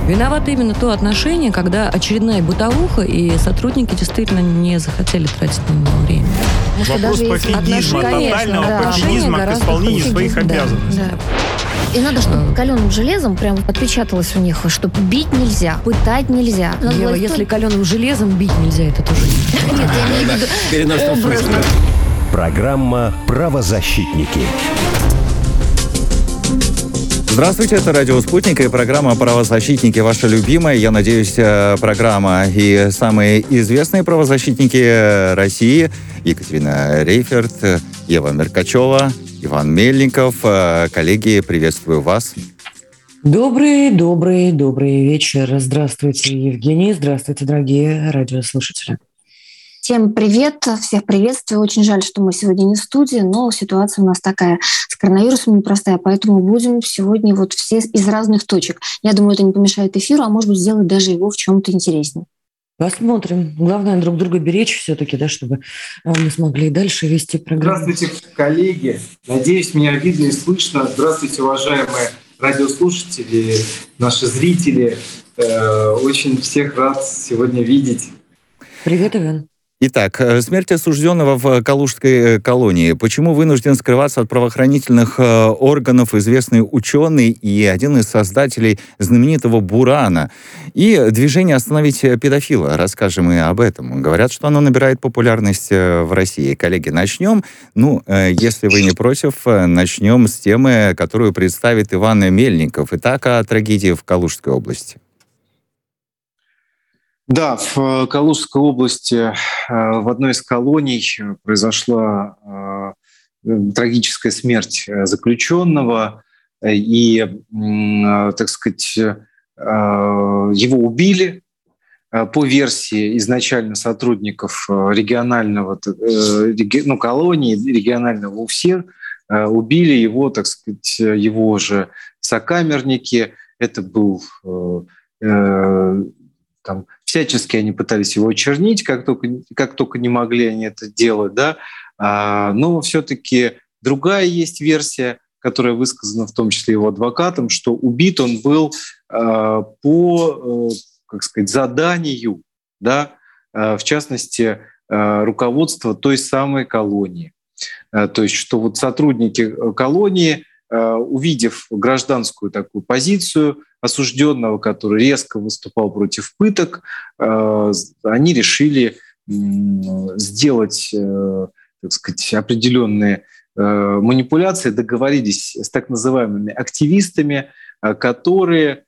Виновато именно то отношение, когда очередная бытовуха, и сотрудники действительно не захотели тратить на него время. Вопрос пофигизма, тотального пофигизма к исполнению своих обязанностей. И надо, чтобы каленым железом прям отпечаталось у них, что бить нельзя, пытать нельзя. Ева, если каленым железом бить нельзя, это тоже не... Нет, я имею в виду образно. Программа «Правозащитники». Здравствуйте, это радио «Спутник» и программа «Правозащитники» ваша любимая. Я надеюсь, программа и самые известные правозащитники России: Екатерина Рейферт, Ева Меркачева, Иван Мельников. Коллеги, приветствую вас. Добрый вечер. Здравствуйте, Евгений. Здравствуйте, дорогие радиослушатели. Всем привет, всех приветствую. Очень жаль, что мы сегодня не в студии, но ситуация у нас такая с коронавирусом непростая, поэтому будем сегодня вот все из разных точек. Я думаю, это не помешает эфиру, а может быть сделать даже его в чем-то интереснее. Посмотрим. Главное друг друга беречь все-таки, да, чтобы мы смогли дальше вести программу. Здравствуйте, коллеги. Надеюсь, меня видно и слышно. Здравствуйте, уважаемые радиослушатели, наши зрители. Очень всех рад сегодня видеть. Привет, Иван. Итак, смерть осужденного в Калужской колонии. Почему вынужден скрываться от правоохранительных органов известный ученый и один из создателей знаменитого Бурана? И движение «Остановить педофила». Расскажем и об этом. Говорят, что оно набирает популярность в России. Коллеги, начнем. Если вы не против, начнем с темы, которую представит Иван Мельников. Итак, о трагедии в Калужской области. Да, в Калужской области в одной из колоний произошла трагическая смерть заключенного, и, так сказать, его убили. По версии изначально сотрудников регионального, колонии, регионального УФСИН, убили его, так сказать, его же сокамерники. Это был... всячески они пытались его очернить, как только не могли они это делать, да. Но все-таки другая есть версия, которая высказана в том числе его адвокатом, что убит он был по, заданию, да, в частности, руководства той самой колонии. То есть, что вот сотрудники колонии, увидев гражданскую такую позицию осужденного, который резко выступал против пыток, они решили сделать, так сказать, определенные манипуляции, договорились с так называемыми активистами, которые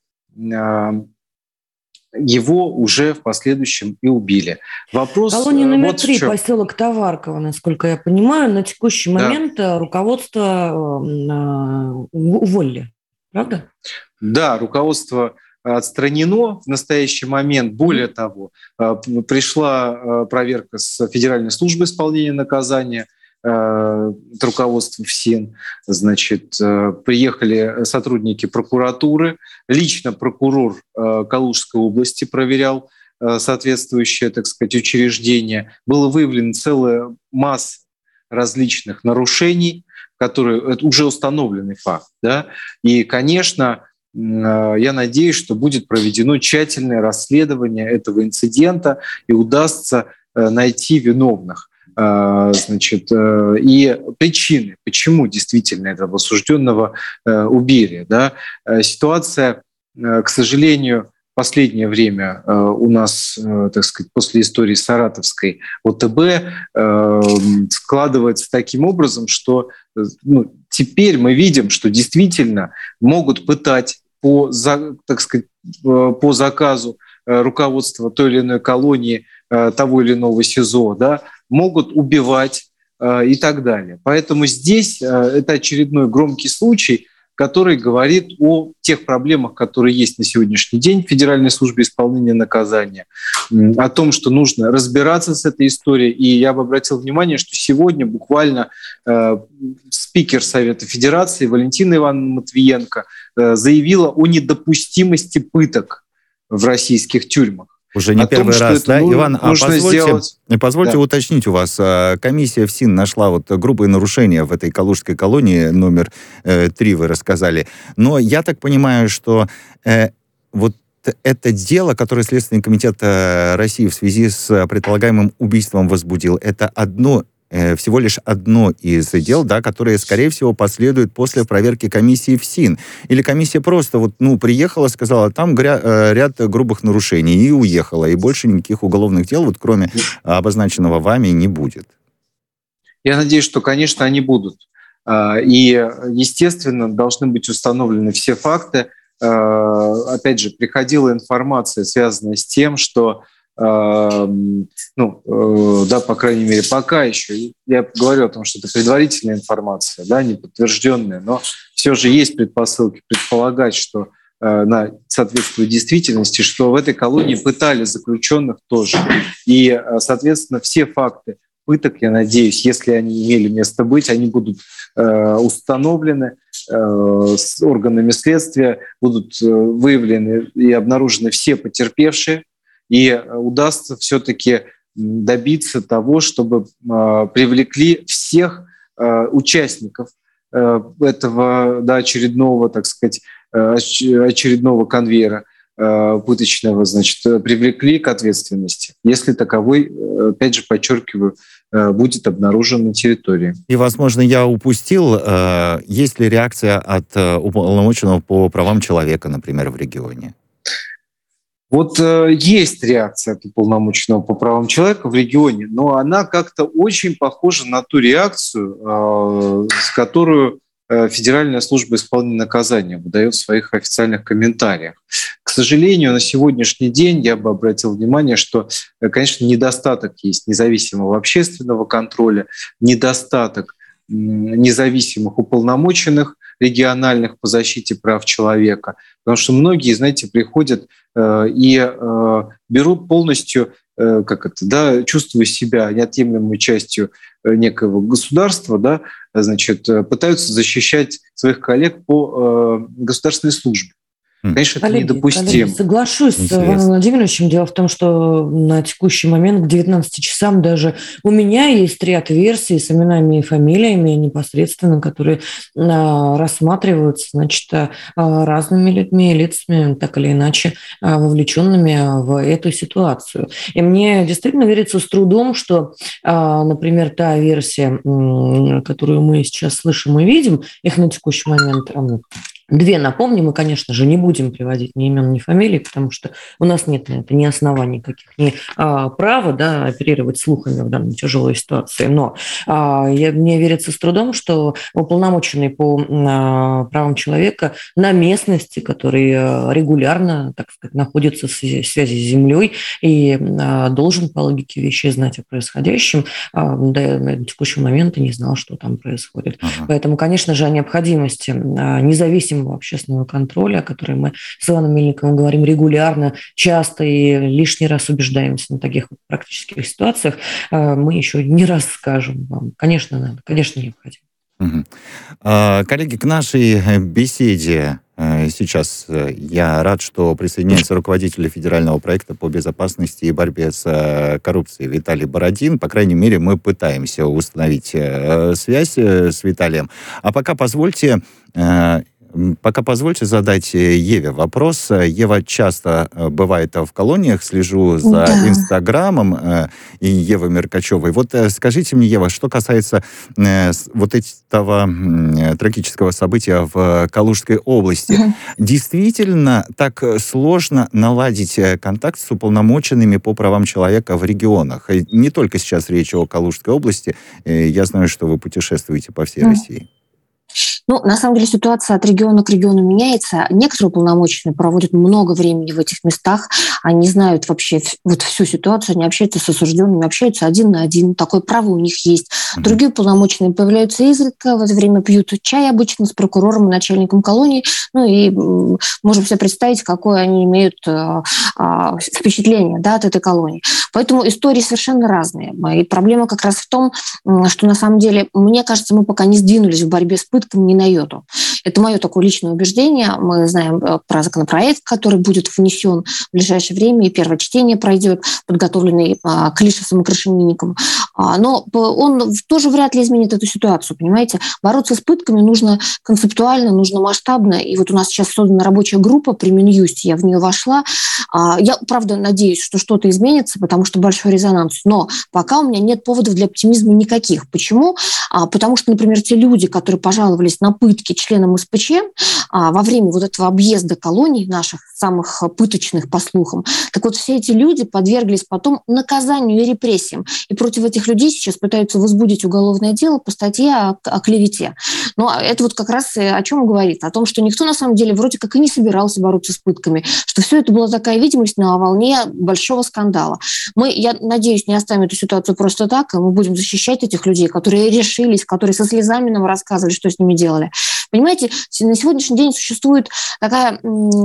его уже в последующем и убили. Вопрос... Колония номер 3, поселок Товарково, насколько я понимаю, на текущий момент руководство уволили, правда? Да, руководство отстранено в настоящий момент. Более того, пришла проверка с Федеральной службы исполнения наказания, руководство ФСИН. Значит, приехали сотрудники прокуратуры. Лично прокурор Калужской области проверял соответствующее, так сказать, учреждение. Было выявлено целая масса различных нарушений, которые... Это уже установленный факт. Да? И, конечно, я надеюсь, что будет проведено тщательное расследование этого инцидента и удастся найти виновных. Значит, и причины, почему действительно этого осужденного убили. Да? Ситуация, к сожалению, в последнее время у нас, так сказать, после истории саратовской ОТБ складывается таким образом, что теперь мы видим, что действительно могут пытать так сказать, по заказу руководства той или иной колонии, того или иного СИЗО, да, могут убивать и так далее. Поэтому здесь это очередной громкий случай, который говорит о тех проблемах, которые есть на сегодняшний день в Федеральной службе исполнения наказания, о том, что нужно разбираться с этой историей. И я бы обратил внимание, что сегодня буквально спикер Совета Федерации Валентина Ивановна Матвиенко заявила о недопустимости пыток в российских тюрьмах. Уже не первый раз, да? Иван, позвольте уточнить у вас. Комиссия ФСИН нашла вот грубые нарушения в этой калужской колонии, номер 3 вы рассказали. Но я так понимаю, что вот это дело, которое Следственный комитет России в связи с предполагаемым убийством возбудил, это всего лишь одно из дел, да, которые, скорее всего, последуют после проверки комиссии ФСИН. Или комиссия просто приехала, сказала, там ряд грубых нарушений, и уехала, и больше никаких уголовных дел, кроме обозначенного вами, не будет. Я надеюсь, что, конечно, они будут. И, естественно, должны быть установлены все факты. Опять же, приходила информация, связанная с тем, что по крайней мере, пока еще, я говорю о том, что это предварительная информация, да, не подтвержденная, но все же есть предпосылки предполагать, что она соответствует действительности, что в этой колонии пытали заключенных тоже. И, соответственно, все факты пыток, я надеюсь, если они имели место быть, они будут установлены с органами следствия, будут выявлены и обнаружены все потерпевшие, и удастся все-таки добиться того, чтобы привлекли всех участников этого очередного, так сказать, очередного конвейера пыточного, привлекли к ответственности, если таковой, опять же, подчеркиваю, будет обнаружен на территории. И, возможно, я упустил, есть ли реакция от уполномоченного по правам человека, например, в регионе? Есть реакция от уполномоченного по правам человека в регионе, но она как-то очень похожа на ту реакцию, с которую Федеральная служба исполнения наказания выдает в своих официальных комментариях. К сожалению, на сегодняшний день я бы обратил внимание, что, конечно, недостаток есть независимого общественного контроля, недостаток независимых уполномоченных региональных по защите прав человека. Потому что многие, приходят и берут полностью, чувствуя себя неотъемлемой частью некого государства, пытаются защищать своих коллег по государственной службе. Конечно, это недопустимо. Коллеги, соглашусь с Иваном Владимировичем. Дело в том, что на текущий момент к 19 часам даже у меня есть ряд версий с именами и фамилиями непосредственно, которые рассматриваются, разными людьми, лицами, так или иначе вовлеченными в эту ситуацию. И мне действительно верится с трудом, что, например, та версия, которую мы сейчас слышим и видим, их на текущий момент две, напомним, мы, конечно же, не будем приводить ни имен, ни фамилий, потому что у нас нет на это ни оснований каких, ни права оперировать слухами в данной тяжелой ситуации. Но мне верится с трудом, что уполномоченный по правам человека на местности, который регулярно, так сказать, находится в связи с землей и должен по логике вещей знать о происходящем, на текущий момент и не знал, что там происходит. Поэтому, конечно же, о необходимости независимого общественного контроля, о котором мы с Иваном Мельниковым говорим регулярно, часто и лишний раз убеждаемся на таких практических ситуациях, мы еще не раз скажем вам. Конечно, надо, конечно, необходимо. Коллеги, к нашей беседе сейчас я рад, что присоединяется руководитель федерального проекта по безопасности и борьбе с коррупцией Виталий Бородин. По крайней мере, мы пытаемся установить связь с Виталием. А пока позвольте задать Еве вопрос. Ева часто бывает в колониях, слежу за Инстаграмом и Евы Меркачевой. Скажите мне, Ева, что касается этого трагического события в Калужской области, действительно так сложно наладить контакт с уполномоченными по правам человека в регионах? И не только сейчас речь о Калужской области. Я знаю, что вы путешествуете по всей России. На самом деле ситуация от региона к региону меняется. Некоторые уполномоченные проводят много времени в этих местах. Они знают вообще всю ситуацию, они общаются с осужденными, общаются один на один. Такое право у них есть. Другие уполномоченные появляются изредка, в это время пьют чай обычно с прокурором и начальником колонии. И можем себе представить, какое они имеют впечатление от этой колонии. Поэтому истории совершенно разные. И проблема как раз в том, что на самом деле, мне кажется, мы пока не сдвинулись в борьбе с пытками ни на йоту. Это мое такое личное убеждение. Мы знаем про законопроект, который будет внесен в ближайшее время, и первое чтение пройдет, подготовленный Клишесом и Крашенинником. Но он тоже вряд ли изменит эту ситуацию, понимаете? Бороться с пытками нужно концептуально, нужно масштабно. И вот у нас сейчас создана рабочая группа при Минюсте, я в нее вошла. Я, правда, надеюсь, что что-то изменится, потому что большой резонанс. Но пока у меня нет поводов для оптимизма никаких. Почему? Потому что, например, те люди, которые пожаловались на пытки членам СПЧ во время вот этого объезда колоний наших, самых пыточных, по слухам, так вот все эти люди подверглись потом наказанию и репрессиям. И против этих людей сейчас пытаются возбудить уголовное дело по статье о клевете. Но это вот как раз о чем говорит? О том, что никто на самом деле вроде как и не собирался бороться с пытками, что все это была такая видимость на волне большого скандала. Я надеюсь, не оставим эту ситуацию просто так, и мы будем защищать этих людей, которые решились, которые со слезами нам рассказывали, что с ними делали. Понимаете, на сегодняшний день существует такая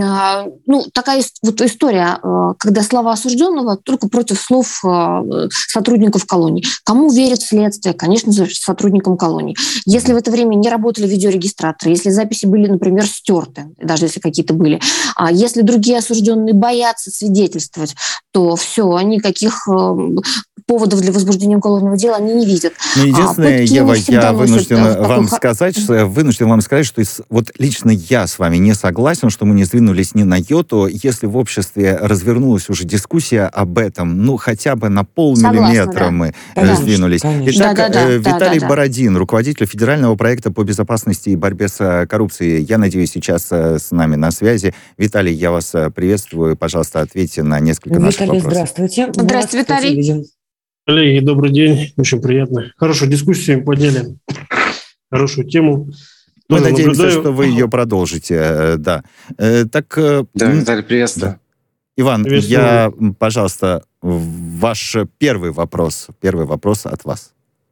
вот история, когда слова осужденного только против слов сотрудников колоний. Кому верит следствие? Конечно же, сотрудникам колоний. Если в это время не работали видеорегистраторы, если записи были, например, стерты, даже если какие-то были, если другие осужденные боятся свидетельствовать, то все, никаких поводов для возбуждения уголовного дела они не видят. Ну, единственное, Ева, я вынужден вам сказать, что вот лично я с вами не согласен, что мы не сдвинулись ни на йоту. Если в обществе развернулась уже дискуссия об этом, хотя бы на полмиллиметра мы сдвинулись. Итак, Виталий Бородин, руководитель федерального проекта по безопасности и борьбе с коррупцией. Я надеюсь, сейчас с нами на связи. Виталий, я вас приветствую. Пожалуйста, ответьте на несколько наших вопросов. Здравствуйте. Здравствуйте, Виталий. Коллеги, добрый день. Очень приятно. Хорошую дискуссию подняли. Хорошую тему. Мы надеемся, что вы ее продолжите. Да, Виталий, приветствую. Да. Иван, пожалуйста, ваш первый вопрос от вас.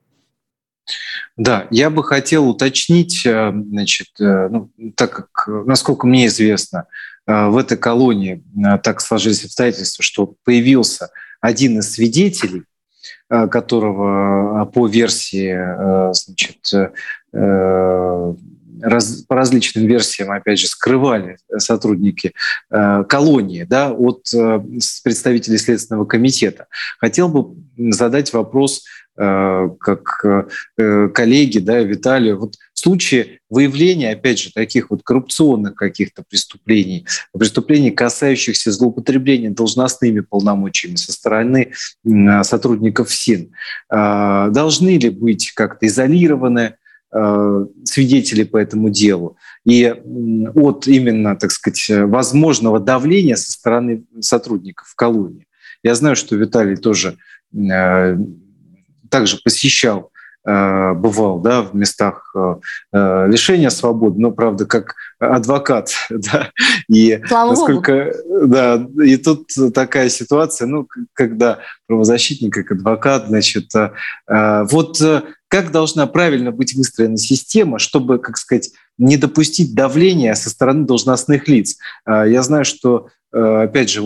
Да, я бы хотел уточнить, так как, насколько мне известно, в этой колонии так сложились обстоятельства, что появился один из свидетелей, которого по версии, по различным версиям, опять же, скрывали сотрудники колонии, от представителей Следственного комитета. Хотел бы задать вопрос как коллеге, Виталию. Вот в случае выявления, опять же, таких вот коррупционных каких-то преступлений, касающихся злоупотребления должностными полномочиями со стороны сотрудников СИН, должны ли быть как-то изолированы свидетели по этому делу и от именно, так сказать, возможного давления со стороны сотрудников колонии? Я знаю, что Виталий тоже также посещал, бывал, в местах лишения свободы, но, правда, как адвокат, и насколько, и тут такая ситуация, когда правозащитник, как адвокат, как должна правильно быть выстроена система, чтобы, как сказать, не допустить давления со стороны должностных лиц? Я знаю, что, опять же,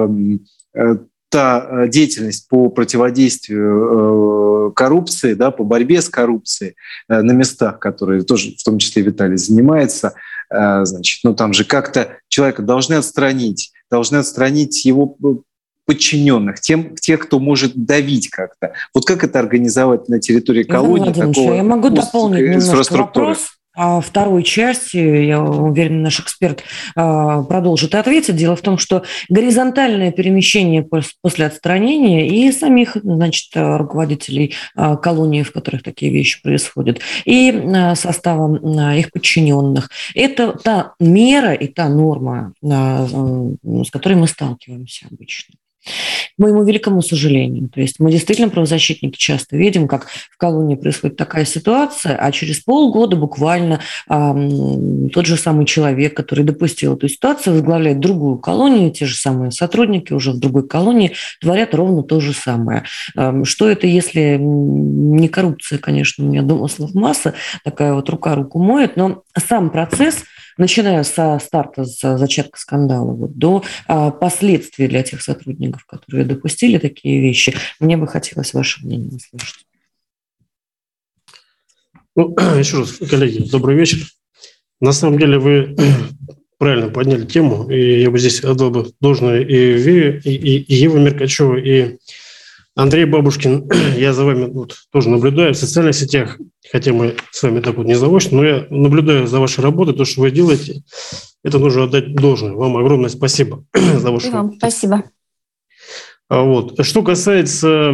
та деятельность по противодействию коррупции, по борьбе с коррупцией на местах, которые тоже, в том числе, Виталий занимается, там же как-то человека должны отстранить его подчиненных, тех, кто может давить как-то. Вот как это организовать на территории колонии? Я могу дополнить немножко вопрос. А второй части, я уверена, наш эксперт продолжит ответить. Дело в том, что горизонтальное перемещение после отстранения и самих, руководителей колонии, в которых такие вещи происходят, и составом их подчиненных, это та мера и та норма, с которой мы сталкиваемся обычно. К моему великому сожалению. То есть мы действительно, правозащитники, часто видим, как в колонии происходит такая ситуация, а через полгода буквально тот же самый человек, который допустил эту ситуацию, возглавляет другую колонию, те же самые сотрудники уже в другой колонии творят ровно то же самое. Что это, если не коррупция, конечно, у меня домыслов масса, такая вот рука руку моет, но сам процесс, начиная со старта, с зачатка скандала, до последствий для тех сотрудников, которые допустили такие вещи, мне бы хотелось ваше мнение услышать. Еще раз, коллеги, добрый вечер. На самом деле вы правильно подняли тему, и я бы здесь отдал бы должное и Виве, и Еве Меркачеву, и Андрей Бабушкин. Я за вами тоже наблюдаю в социальных сетях, хотя мы с вами так не заочно, но я наблюдаю за вашей работой, то, что вы делаете. Это нужно отдать должное. Вам огромное спасибо за вашу работу. Спасибо. Что касается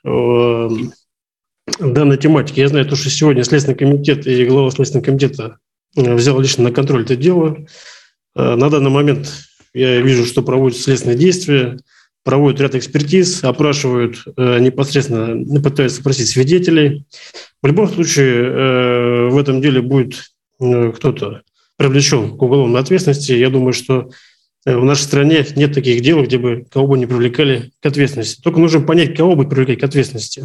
данной тематики, я знаю, что сегодня Следственный комитет и глава Следственного комитета взял лично на контроль это дело. На данный момент я вижу, что проводят следственные действия, проводят ряд экспертиз, опрашивают непосредственно, пытаются спросить свидетелей. В любом случае в этом деле будет кто-то привлечен к уголовной ответственности. Я думаю, что в нашей стране нет таких дел, где бы кого бы не привлекали к ответственности. Только нужно понять, кого бы привлекать к ответственности.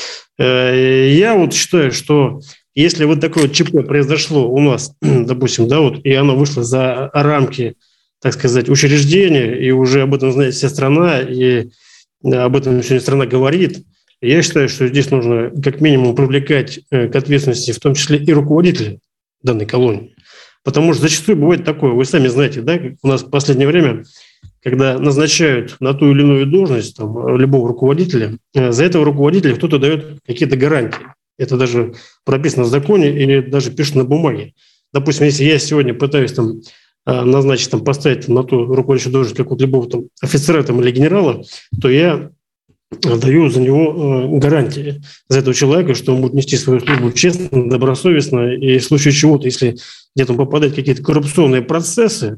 Я считаю, что если такое ЧП произошло у нас, допустим, и оно вышло за рамки, так сказать, учреждения, и уже об этом знает вся страна, и об этом сегодня страна говорит, я считаю, что здесь нужно как минимум привлекать к ответственности в том числе и руководителей данной колонии. Потому что зачастую бывает такое, вы сами знаете, как у нас в последнее время, когда назначают на ту или иную должность любого руководителя, за этого руководителя кто-то дает какие-то гарантии. Это даже прописано в законе или даже пишет на бумаге. Допустим, если я сегодня пытаюсь назначить, поставить на ту руководящую должность какого-то любого офицера или генерала, то я даю за него гарантии, за этого человека, что он будет нести свою службу честно, добросовестно, и в случае чего-то, если где-то он попадает в какие-то коррупционные процессы,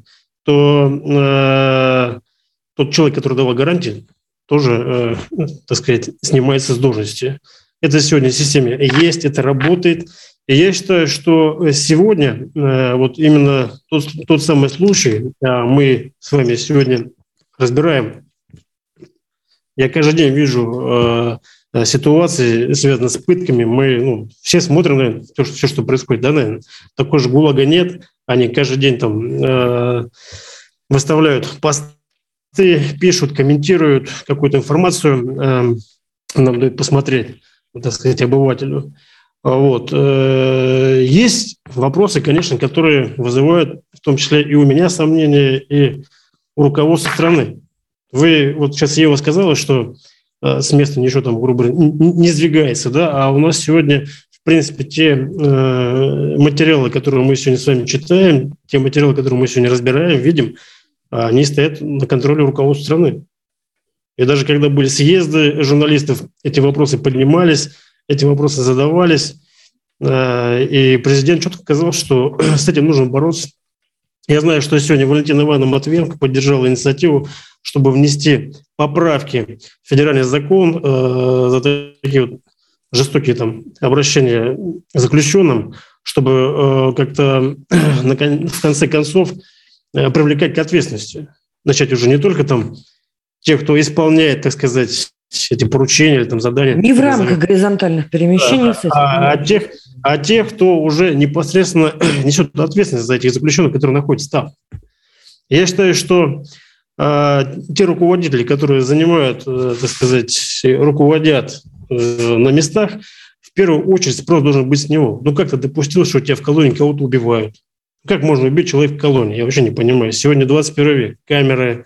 то тот человек, который давал гарантии, тоже, так сказать, снимается с должности. Это сегодня в системе есть, это работает. И я считаю, что сегодня именно тот самый случай мы с вами сегодня разбираем. Я каждый день вижу ситуации, связанные с пытками. Мы все смотрим на все, что происходит. Наверное, такого же ГУЛАГа нет. Они каждый день выставляют посты, пишут, комментируют какую-то информацию. Нам дают посмотреть, так сказать, обывателю. Есть вопросы, конечно, которые вызывают в том числе и у меня сомнения, и у руководства страны. Вы сейчас Ева сказала, что с места ничего грубо говоря, не сдвигается, а у нас сегодня, в принципе, те материалы, которые мы сегодня с вами читаем, те материалы, которые мы сегодня разбираем, видим, они стоят на контроле руководства страны. И даже когда были съезды журналистов, эти вопросы поднимались, эти вопросы задавались, и президент четко сказал, что с этим нужно бороться. Я знаю, что сегодня Валентина Ивановна Матвиенко поддержала инициативу, чтобы внести поправки в федеральный закон за такие жестокие обращения к заключенным, чтобы как-то в конце концов привлекать к ответственности. Начать уже не только тех, кто исполняет, так сказать, эти поручения или задания. Не в рамках горизонтальных перемещений. А тех, кто уже непосредственно несет ответственность за этих заключенных, которые находятся там. Я считаю, что те руководители, которые занимают, так сказать, руководят на местах, в первую очередь спрос должен быть с него. Как ты допустил, что у тебя в колонии кого-то убивают? Как можно убить человека в колонии? Я вообще не понимаю. Сегодня 21 век, камеры,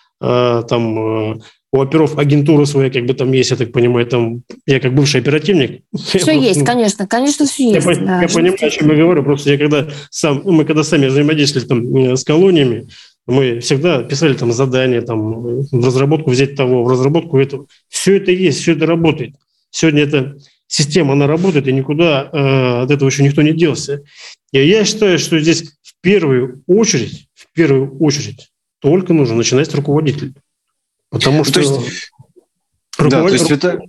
у оперов агентура своя, есть, я так понимаю, я как бывший оперативник. Все есть, конечно, все есть. Я понимаю, о чем я говорю. Просто мы когда сами взаимодействовали с колониями, мы всегда писали задания, в разработку взять того, в разработку этого. Все это есть, все это работает. Сегодня эта система, она работает, и никуда от этого еще никто не делся. И я считаю, что здесь в первую очередь только нужно начинать с руководителей. Потому что руководитель,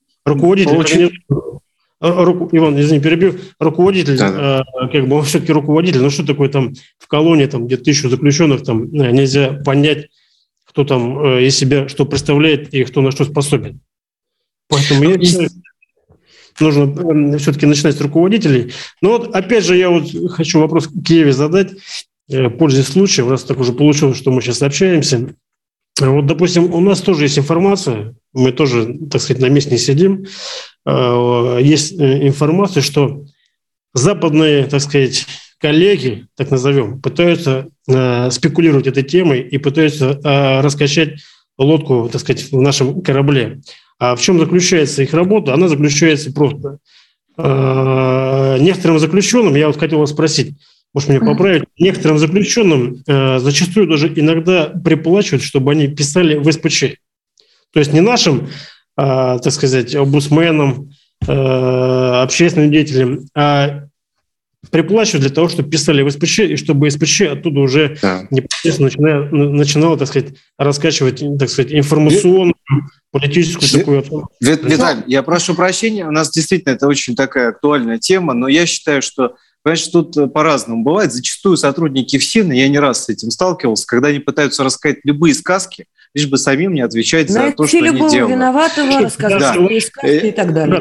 Иван, извини, перебью, руководитель, он все-таки руководитель, но что такое в колонии, где 1000 заключенных, нельзя понять, кто из себя что представляет и кто на что способен. Поэтому я считаю, нужно все-таки начинать с руководителей. Но опять же, я хочу вопрос к Еве задать, пользуясь случаем, раз так уже получилось, что мы сейчас общаемся. Допустим, у нас тоже есть информация, мы тоже, так сказать, на месте не сидим. Есть информация, что западные, так сказать, коллеги, так назовем, пытаются спекулировать этой темой и пытаются раскачать лодку, так сказать, в нашем корабле. А в чем заключается их работа? Она заключается просто. Некоторым заключенным, я вот хотел вас спросить, может меня поправить, некоторым заключенным зачастую даже иногда приплачивают, чтобы они писали в СПЧ. То есть не нашим, так сказать, омбудсменам, общественным деятелям, а приплачивают для того, чтобы писали в СПЧ, и чтобы СПЧ оттуда уже непосредственно начинало, так сказать, раскачивать, так сказать, информационную, политическую такую... Виталий, я прошу прощения, у нас действительно это очень такая актуальная тема, но я считаю, что, понимаете, тут по-разному бывает. Зачастую сотрудники ФСИНа, я не раз с этим сталкивался, когда они пытаются рассказать любые сказки, лишь бы самим не отвечать за то, что они делают. Виноватого, рассказать свои сказки и так далее.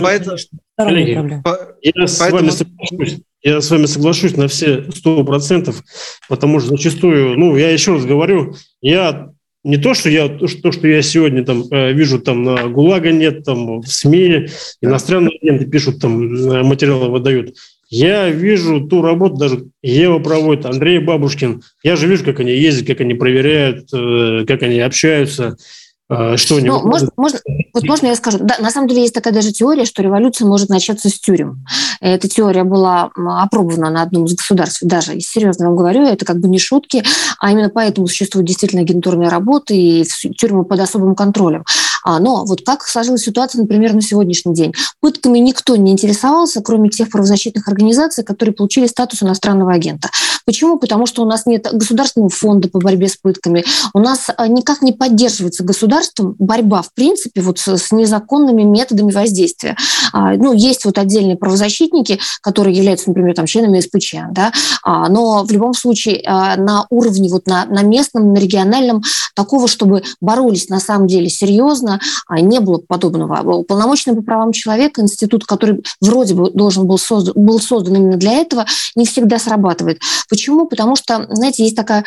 Я с вами соглашусь на все 100%, потому что зачастую, я еще раз говорю, не то, что я сегодня там вижу, там на ГУЛАГа нет, там в СМИ иностранные агенты пишут, там материалы выдают. Я вижу ту работу, даже Ева проводит, Андрей Бабушкин. Я же вижу, как они ездят, как они проверяют, как они общаются. Что они... Можно я скажу? Да, на самом деле есть такая даже теория, что революция может начаться с тюрем. Эта теория была опробована на одном из государств. Даже, серьезно вам говорю, это как бы не шутки, а именно поэтому существует действительно агентурная работа и тюрьмы под особым контролем. Но вот как сложилась ситуация, например, на сегодняшний день? Пытками никто не интересовался, кроме тех правозащитных организаций, которые получили статус иностранного агента. Почему? Потому что у нас нет государственного фонда по борьбе с пытками, у нас никак не поддерживается государством борьба, в принципе, вот с незаконными методами воздействия. Есть вот отдельные правозащитники, которые являются, например, там, членами СПЧ, да? Но в любом случае на уровне, вот на местном, на региональном, такого, чтобы боролись на самом деле серьезно, не было подобного. Уполномоченный по правам человека, институт, который вроде бы должен был создан именно для этого, не всегда срабатывает. Почему? Потому что, знаете, есть такая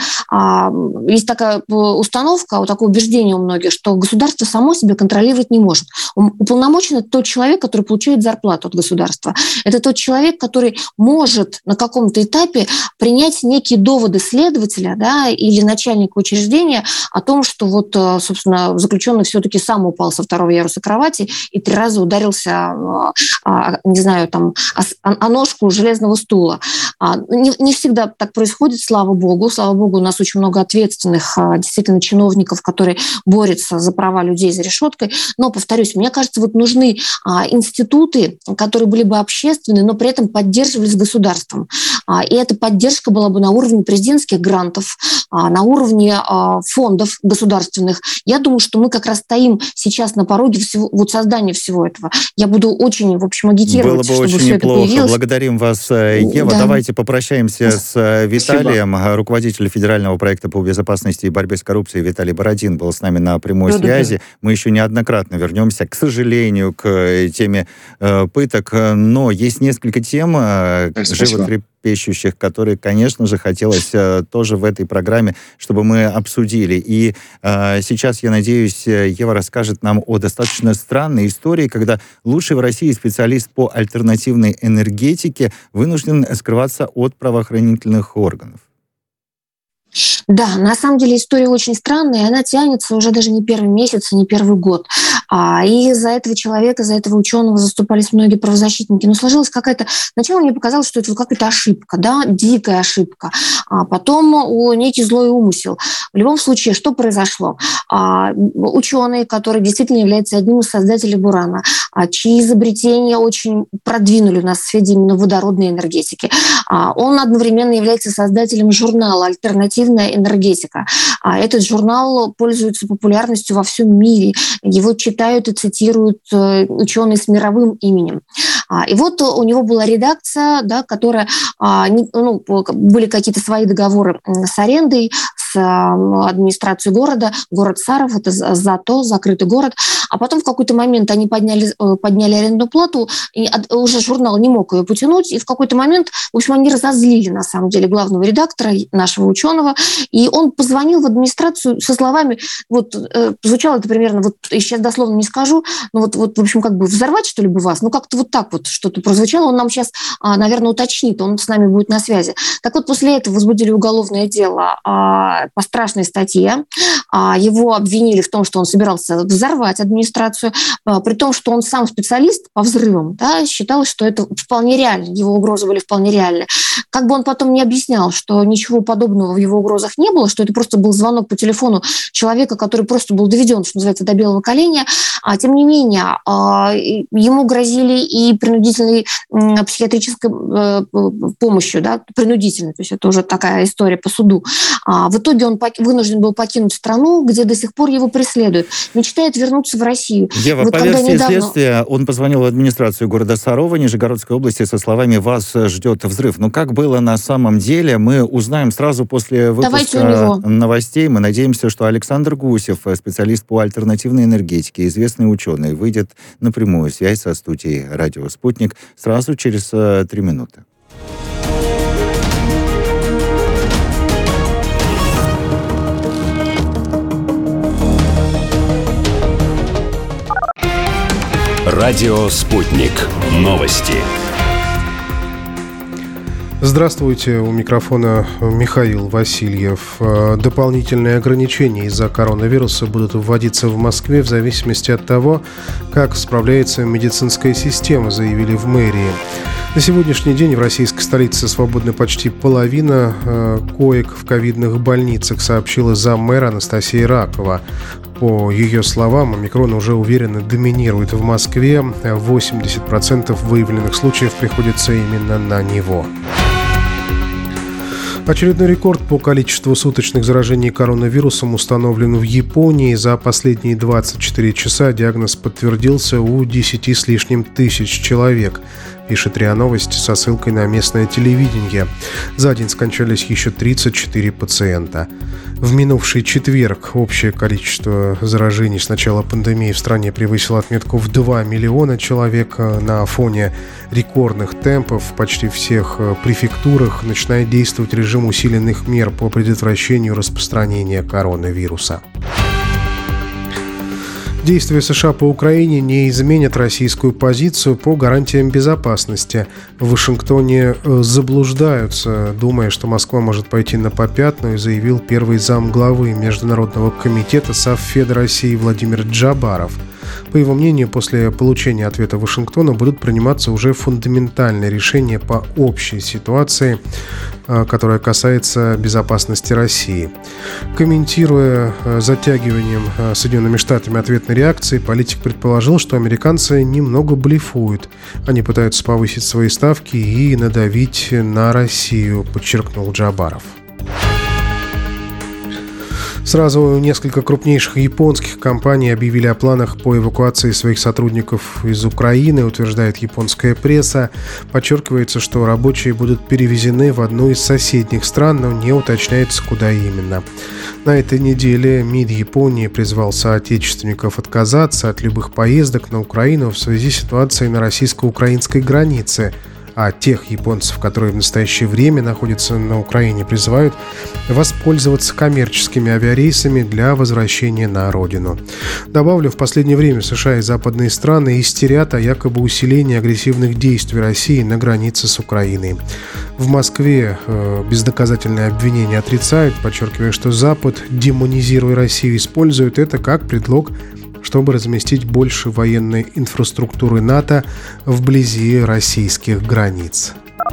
установка, вот такое убеждение у многих, что государство само себя контролировать не может. Уполномоченный – это тот человек, который получает зарплату от государства. Это тот человек, который может на каком-то этапе принять некие доводы следователя, да, или начальника учреждения о том, что вот, собственно, заключенный все-таки сам упал со второго яруса кровати и 3 раза ударился, не знаю, там, о ножку железного стула. Не всегда так происходит, слава богу. Слава богу, у нас очень много ответственных действительно чиновников, которые борются за права людей за решеткой. Но, повторюсь, мне кажется, вот нужны институты, которые были бы общественны, но при этом поддерживались государством. И эта поддержка была бы на уровне президентских грантов, на уровне фондов государственных. Я думаю, что мы как раз стоим сейчас на пороге создания всего этого. Я буду очень, в общем, агитировать, было бы чтобы очень все неплохо. это появилось. Благодарим вас, Ева. Да. Давайте попрощаемся с Виталием. Спасибо. Руководитель федерального проекта по безопасности и борьбе с коррупцией Виталий Бородин был с нами на прямой связи. Мы еще неоднократно вернемся, к сожалению, к теме пыток, но есть несколько тем животрепещущих, которые, конечно же, хотелось тоже в этой программе, чтобы мы обсудили. И сейчас, я надеюсь, Ева расскажет нам о достаточно странной истории, когда лучший в России специалист по альтернативной энергетике вынужден скрываться от правоохранительных органов. Да, на самом деле история очень странная, она тянется уже даже не первый месяц, не первый год. И за этого человека, за этого ученого заступались многие правозащитники. Но сложилась какая-то... Сначала мне показалось, что это какая-то ошибка, да, дикая ошибка. А потом некий злой умысел. В любом случае, что произошло? Ученый, который действительно является одним из создателей Бурана, чьи изобретения очень продвинули нас в сфере именно водородной энергетики. Он одновременно является создателем журнала «Альтернативная энергетика». Этот журнал пользуется популярностью во всем мире. Его читают и цитируют ученые с мировым именем. И вот у него была редакция, да, которая... были какие-то свои договоры с арендой, с администрацией города, город Саров, это ЗАТО, закрытый город. А потом в какой-то момент они подняли арендную плату, и уже журнал не мог ее потянуть, и в какой-то момент, в общем, они разозлили, на самом деле, главного редактора, нашего ученого, и он позвонил в администрацию со словами, вот, звучало это примерно, вот, сейчас дословно не скажу, но вот, в общем, как бы взорвать, что ли, бы вас, ну, как-то вот так вот что-то прозвучало, он нам сейчас, наверное, уточнит, он с нами будет на связи. Так вот, после этого возбудили уголовное дело по страшной статье, его обвинили в том, что он собирался взорвать администрацию, при том, что он сам специалист по взрывам, да, считалось, что это вполне реально, его угрозы были вполне реальны. Как бы он потом не объяснял, что ничего подобного в его угрозах не было, что это просто был звонок по телефону человека, который просто был доведен, что называется, до белого коленя, тем не менее, ему грозили и принудительной психиатрической помощью, да, принудительной, то есть это уже такая история по суду. В итоге он вынужден был покинуть страну, где до сих пор его преследуют, мечтает вернуться в Россию. Ева, вот по версии следствия, он позвонил в администрацию города Сарова, Нижегородской области, со словами «Вас ждет взрыв». Но как было на самом деле, мы узнаем сразу после выпуска новостей. Мы надеемся, что Александр Гусев, специалист по альтернативной энергетике, известный ученый, выйдет на прямую связь со студией «Радио Спутник» сразу через 3 минуты. Радио «Спутник». Новости. Здравствуйте, у микрофона Михаил Васильев. Дополнительные ограничения из-за коронавируса будут вводиться в Москве в зависимости от того, как справляется медицинская система, заявили в мэрии. На сегодняшний день в российской столице свободна почти половина коек в ковидных больницах, сообщила заммэра Анастасия Ракова. По ее словам, омикрон уже уверенно доминирует в Москве. 80% выявленных случаев приходится именно на него. Очередной рекорд по количеству суточных заражений коронавирусом установлен в Японии. За последние 24 часа диагноз подтвердился у 10 с лишним тысяч человек, пишет РИА Новости со ссылкой на местное телевидение. За день скончались еще 34 пациента. В минувший четверг общее количество заражений с начала пандемии в стране превысило отметку в 2 миллиона человек. На фоне рекордных темпов в почти всех префектурах начинает действовать режим усиленных мер по предотвращению распространения коронавируса. Действия США по Украине не изменят российскую позицию по гарантиям безопасности. В Вашингтоне заблуждаются, думая, что Москва может пойти на попятную, заявил первый замглавы Международного комитета Совфеда России Владимир Джабаров. По его мнению, после получения ответа Вашингтона будут приниматься уже фундаментальные решения по общей ситуации, которая касается безопасности России. Комментируя затягиванием Соединенными Штатами ответной реакции, политик предположил, что американцы немного блефуют. Они пытаются повысить свои ставки и надавить на Россию, подчеркнул Джабаров. Сразу несколько крупнейших японских компаний объявили о планах по эвакуации своих сотрудников из Украины, утверждает японская пресса. Подчеркивается, что рабочие будут перевезены в одну из соседних стран, но не уточняется, куда именно. На этой неделе МИД Японии призвал соотечественников отказаться от любых поездок на Украину в связи с ситуацией на российско-украинской границе. А тех японцев, которые в настоящее время находятся на Украине, призывают воспользоваться коммерческими авиарейсами для возвращения на родину. Добавлю, в последнее время США и западные страны истерят о якобы усилении агрессивных действий России на границе с Украиной. В Москве бездоказательные обвинения отрицают, подчеркивая, что Запад, демонизируя Россию, использует это как предлог, чтобы разместить больше военной инфраструктуры НАТО вблизи российских границ.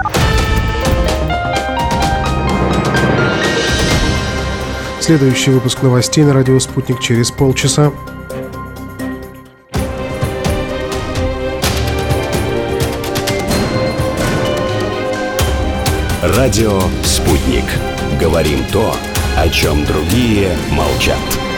Следующий выпуск новостей на радио «Спутник» через полчаса. Радио «Спутник». Говорим то, о чем другие молчат.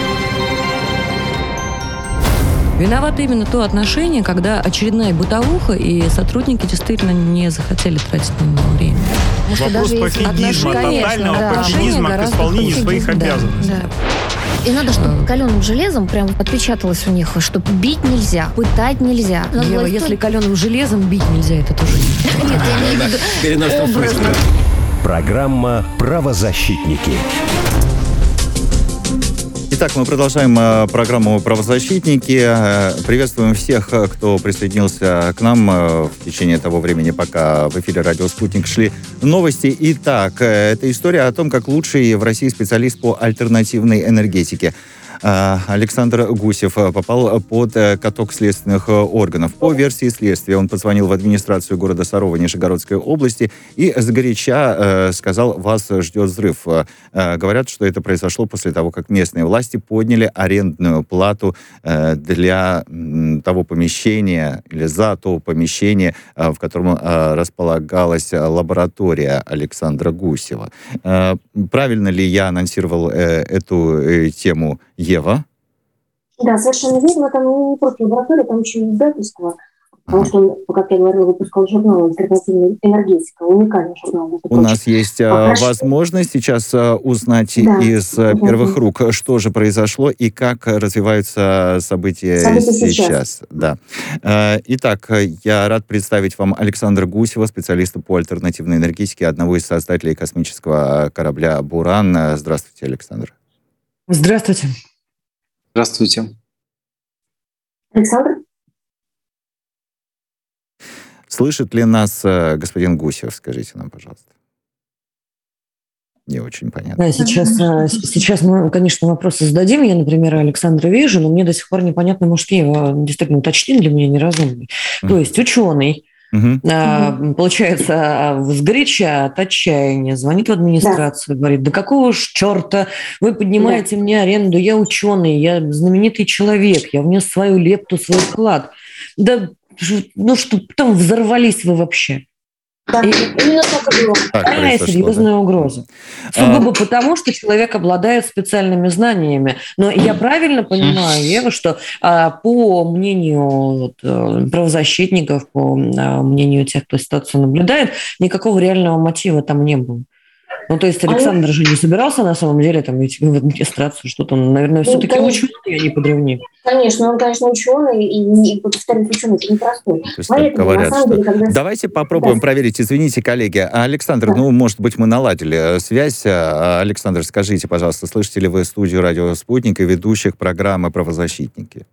Виновато именно то отношение, когда очередная бытовуха, и сотрудники действительно не захотели тратить на него время. Вопрос пофигизма, тотального пофигизма к исполнению своих обязанностей. И надо, чтобы каленым железом прям отпечаталось у них, что бить нельзя, пытать нельзя. Ева, если каленым железом бить нельзя, это тоже не... Нет, я имею в виду образно. Программа «Правозащитники». Итак, мы продолжаем программу «Правозащитники». Приветствуем всех, кто присоединился к нам в течение того времени, пока в эфире «Радио Спутник» шли новости. Итак, это история о том, как лучший в России специалист по альтернативной энергетике Александр Гусев попал под каток следственных органов. По версии следствия, он позвонил в администрацию города Сарова Нижегородской области и сгоряча сказал: «Вас ждет взрыв». Говорят, что это произошло после того, как местные власти подняли арендную плату для того помещения или за то помещение, в котором располагалась лаборатория Александра Гусева. Правильно ли я анонсировал эту тему, Ева? Да, совершенно верно. Там не просто лаборатория, там еще и издательство. Потому что он, как я говорила, выпускал журнал «Альтернативная энергетика», уникальный журнал. У нас есть возможность сейчас узнать из первых рук, что же произошло и как развиваются события сейчас. Да. Итак, я рад представить вам Александра Гусева, специалиста по альтернативной энергетике, одного из создателей космического корабля «Буран». Здравствуйте, Александр. Здравствуйте. Здравствуйте. Александр? Слышит ли нас господин Гусев? Скажите нам, пожалуйста. Не очень понятно. Да, сейчас мы, конечно, вопросы зададим. Я, например, Александра вижу, но мне до сих пор непонятно, может, Ева действительно уточним, для меня неразумный. То есть ученый, получается, сгоряча от отчаяния звонит в администрацию, говорит: да какого ж черта вы поднимаете мне аренду, я ученый, я знаменитый человек, я внес свою лепту, свой вклад. Да, ну что, там взорвались вы вообще. Да, именно так и было. Такая серьезная угроза. Сугубо потому, что человек обладает специальными знаниями. Но я правильно понимаю, Ева, что по мнению правозащитников, по мнению тех, кто ситуацию наблюдает, никакого реального мотива там не было? Ну, то есть Александр же не собирался на самом деле там идти в администрацию, что-то он, наверное, все-таки ученый, а не подрывник. Конечно, он, конечно, ученый, и повторить ученый, это непростой. Говорят, что... Давайте попробуем проверить. Извините, коллеги. Александр, может быть, мы наладили связь. Александр, скажите, пожалуйста, слышите ли вы студию «Радио Спутник» и ведущих программы «Правозащитники»?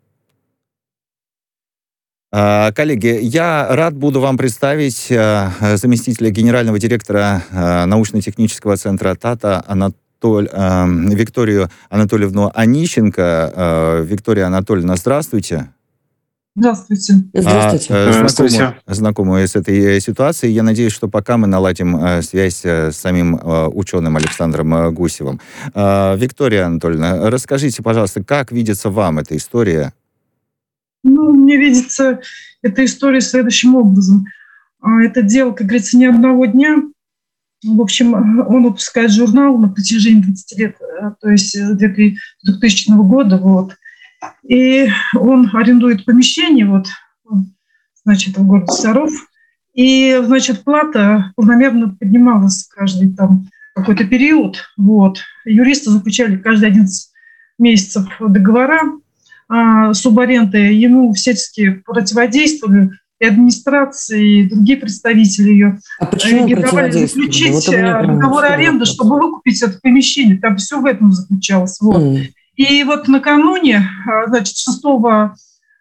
Коллеги, я рад буду вам представить заместителя генерального директора научно-технического центра ТАТА Викторию Анатольевну Онищенко. Виктория Анатольевна, здравствуйте. Здравствуйте. Здравствуйте. Знакомы с этой ситуацией. Я надеюсь, что пока мы наладим связь с самим ученым Александром Гусевым. Виктория Анатольевна, расскажите, пожалуйста, как видится вам эта история? Мне видится эта история следующим образом. Это дело, как говорится, не одного дня. В общем, он выпускает журнал на протяжении 20 лет, то есть с 2000 года. И он арендует помещение в городе Саров. И, плата планомерно поднималась каждый какой-то период. Юристы заключали каждые 11 месяцев договора. Субаренды ему всячески противодействовали, и администрации, и другие представители ее. А почему давали заключить договор аренды, чтобы выкупить это помещение. Там все в этом заключалось. И накануне, 22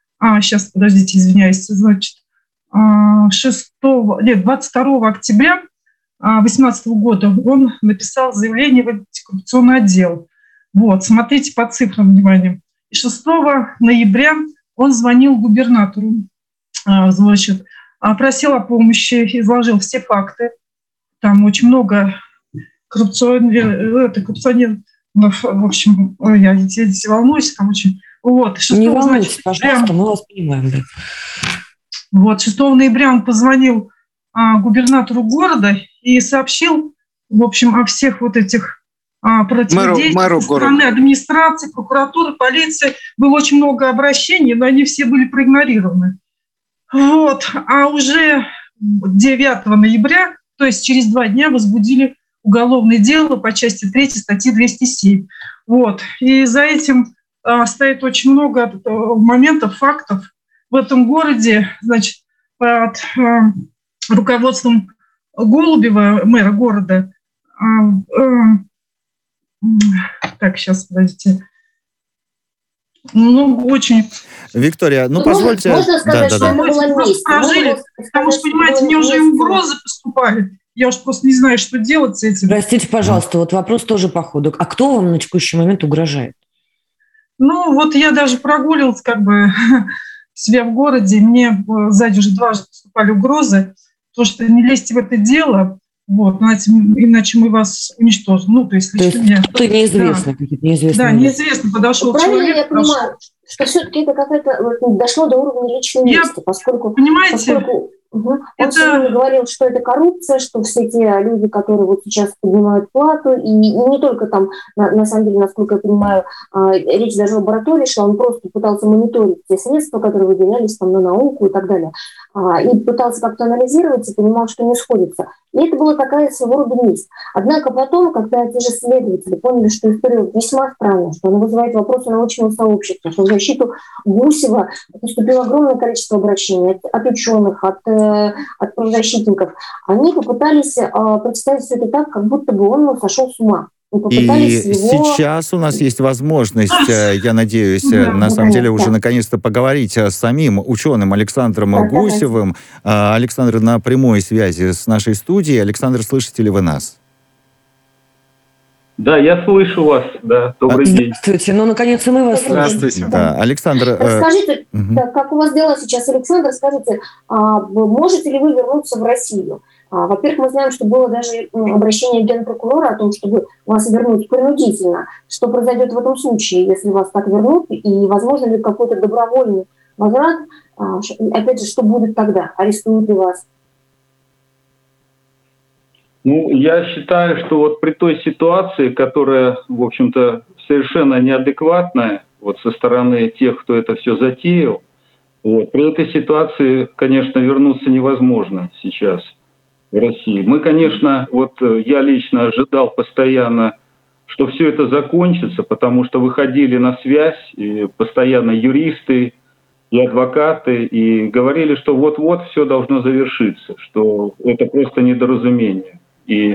октября 2018 года он написал заявление в антикоррупционный отдел. Смотрите по цифрам, внимание. 6 ноября он звонил губернатору, просил о помощи, изложил все факты. Там очень много коррупционеров, в общем, я здесь волнуюсь, там очень... Не волнуйтесь, пожалуйста, мы вас понимаем. 6 ноября он позвонил губернатору города и сообщил, в общем, о всех этих противодействия со стороны администрации, прокуратуры, полиции. Было очень много обращений, но они все были проигнорированы. А уже 9 ноября, То есть через 2 дня возбудили уголовное дело по части 3 статьи 207. Вот. И за этим стоит очень много моментов, фактов. В этом городе, значит, под руководством Голубева, мэра города, так, сейчас, подождите, очень... Виктория, позвольте... Можно сказать, что это было месть. Потому что, понимаете, мне уже угрозы поступали. Я уж просто не знаю, что делать с этим. Простите, пожалуйста, вот вопрос тоже по ходу. А кто вам на текущий момент угрожает? Вот я даже прогуливалась себя в городе, мне сзади уже дважды поступали угрозы, то, что не лезьте в это дело, иначе мы вас уничтожим. То есть кто-то неизвестно, какие-то неизвестные. Да, неизвестно подошел человек. Я понимаю, что все-таки это какая-то дошло до уровня личной мести, поскольку... Понимаете? Он сегодня говорил, что это коррупция, что все те люди, которые сейчас поднимают плату, и не только там, на самом деле, насколько я понимаю, речь даже о лаборатории шла, он просто пытался мониторить те средства, которые выделялись на науку и так далее, и пытался как-то анализировать и понимал, что не сходится. И это была такая своего рода месть. Однако потом, когда те же следователи поняли, что история весьма странная, что она вызывает вопросы научного сообщества, что в защиту Гусева поступило огромное количество обращений от ученых, от правозащитников, они попытались представить все это так, как будто бы он сошел с ума. И сейчас у нас есть возможность, я надеюсь, на самом деле уже наконец-то поговорить с самим ученым Александром Гусевым. Александр на прямой связи с нашей студией. Александр, слышите ли вы нас? Да, я слышу вас. Да, добрый день. Здравствуйте. Наконец-то мы вас слышим. Здравствуйте. Да, Александр... Скажите, как у вас дела сейчас, Александр? Скажите, можете ли вы вернуться в Россию? Во-первых, мы знаем, что было даже обращение Генпрокурора о том, чтобы вас вернуть принудительно. Что произойдет в этом случае, если вас так вернут? И возможно ли какой-то добровольный возврат? Опять же, что будет тогда? Арестуют ли вас? Я считаю, что при той ситуации, которая, в общем-то, совершенно неадекватная со стороны тех, кто это все затеял, при этой ситуации, конечно, вернуться невозможно сейчас в России. Мы, конечно, я лично ожидал постоянно, что все это закончится, потому что выходили на связь и постоянно юристы и адвокаты, и говорили, что вот-вот все должно завершиться, что это просто недоразумение. И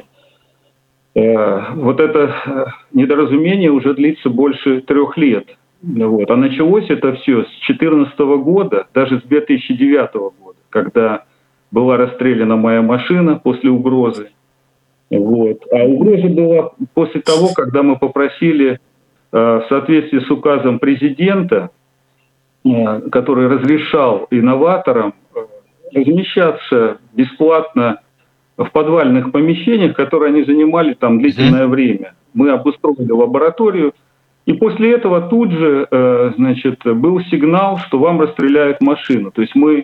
это недоразумение уже длится больше 3 лет. А началось это все с 2014 года, даже с 2009 года, когда была расстреляна моя машина после угрозы. А угроза была после того, когда мы попросили в соответствии с указом президента, который разрешал инноваторам размещаться бесплатно в подвальных помещениях, которые они занимали там длительное время. Мы обустроили лабораторию, и после этого тут же, был сигнал, что вам расстреляют машину. То есть мы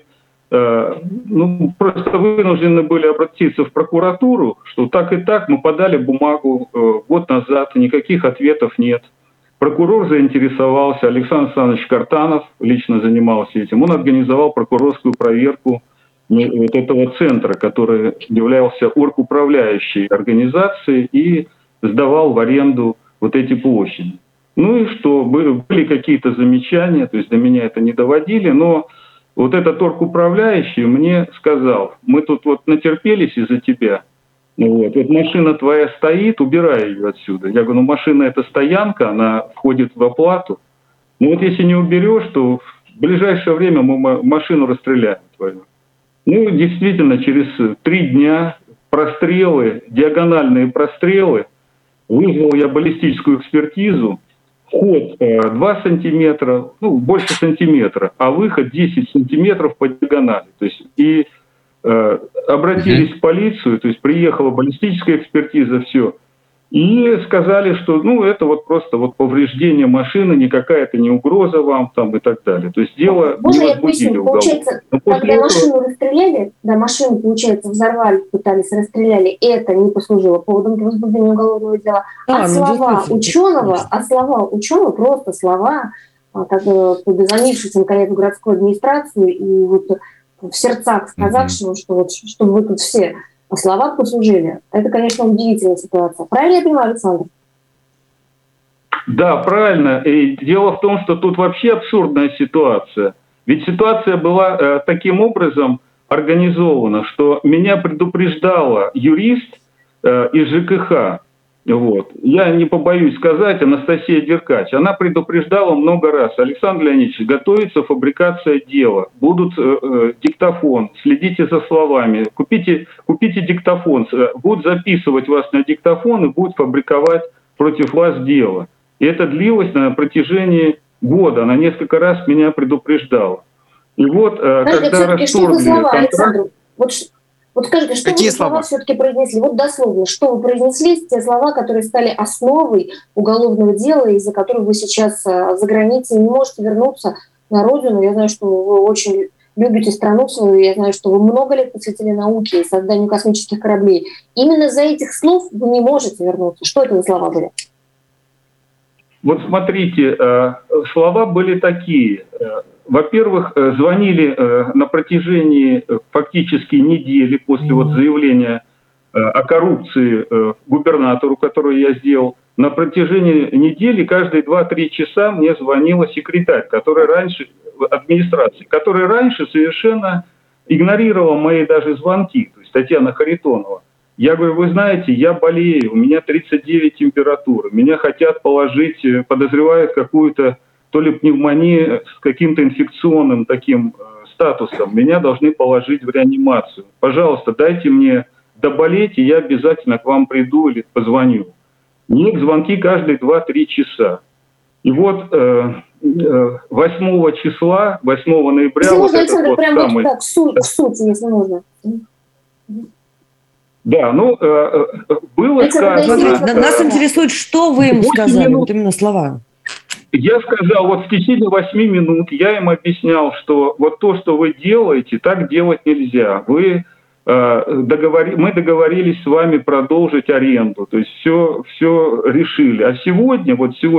просто вынуждены были обратиться в прокуратуру, что так и так мы подали бумагу год назад, никаких ответов нет. Прокурор заинтересовался, Александр Александрович Картанов лично занимался этим. Он организовал прокурорскую проверку этого центра, который являлся оргуправляющей организацией и сдавал в аренду эти площади. И что, были какие-то замечания, то есть до меня это не доводили, но этот оргуправляющий мне сказал: мы тут натерпелись из-за тебя, машина твоя стоит, убирай ее отсюда. Я говорю, машина — это стоянка, она входит в оплату. Если не уберешь, то в ближайшее время мы машину расстреляем твою. Действительно, через 3 дня прострелы, диагональные прострелы, вызвал я баллистическую экспертизу. Вход 2 сантиметра, больше сантиметра, а выход 10 сантиметров по диагонали. То есть, и обратились в полицию, то есть приехала баллистическая экспертиза, все. И сказали, что это просто повреждение машины, никакая это не угроза вам там и так далее. То есть дело не возбудили уголовное. Получается, когда машину расстреляли, машину, получается, взорвали, пытались расстреляли, это не послужило поводом для возбуждения уголовного дела. Слова ученого, просто слова, как дозвонившись наконец в городскую администрацию и в сердцах сказавшего, что чтобы вы тут все а слова послужили. Это, конечно, удивительная ситуация. Правильно я понимаю, Александр? Да, правильно. И дело в том, что тут вообще абсурдная ситуация. Ведь ситуация была таким образом организована, что меня предупреждала юрист из ЖКХ. Вот. Я не побоюсь сказать, Анастасия Деркач. Она предупреждала много раз: Александр Леонидович, готовится фабрикация дела. Будут диктофон, следите за словами, купите диктофон, будут записывать вас на диктофон и будут фабриковать против вас дело. И это длилось на протяжении года. Она несколько раз меня предупреждала. И вот, когда расторгли контракт... Вот скажите, что Какие вы слова все-таки произнесли? Вот дословно, что вы произнесли, те слова, которые стали основой уголовного дела, из-за которых вы сейчас за границей не можете вернуться на родину. Я знаю, что вы очень любите страну свою, я знаю, что вы много лет посвятили науке и созданию космических кораблей. Именно за этих слов вы не можете вернуться. Что это за слова были? Вот смотрите, слова были такие. Во-первых, звонили на протяжении фактически недели после заявления о коррупции губернатору, которую я сделал. На протяжении недели каждые 2-3 часа мне звонила секретарь, администрации, которая раньше совершенно игнорировала мои даже звонки, то есть Татьяна Харитонова. Я говорю: вы знаете, я болею, у меня 39 температуры, меня хотят положить, подозревают какую-то то ли пневмонию с каким-то инфекционным таким статусом, меня должны положить в реанимацию. Пожалуйста, дайте мне доболеть, и я обязательно к вам приду или позвоню. Мне звонки каждые 2-3 часа. И вот 8 числа, 8 ноября... Если можно, Александр, вот прямо самый... к сути, если можно. Да, было сказано... Нас интересует, что вы ему сказали, вот именно слова. Я сказал, вот в течение 8 минут я им объяснял, что вот то, что вы делаете, так делать нельзя. Мы договорились с вами продолжить аренду, то есть все решили. А сегодня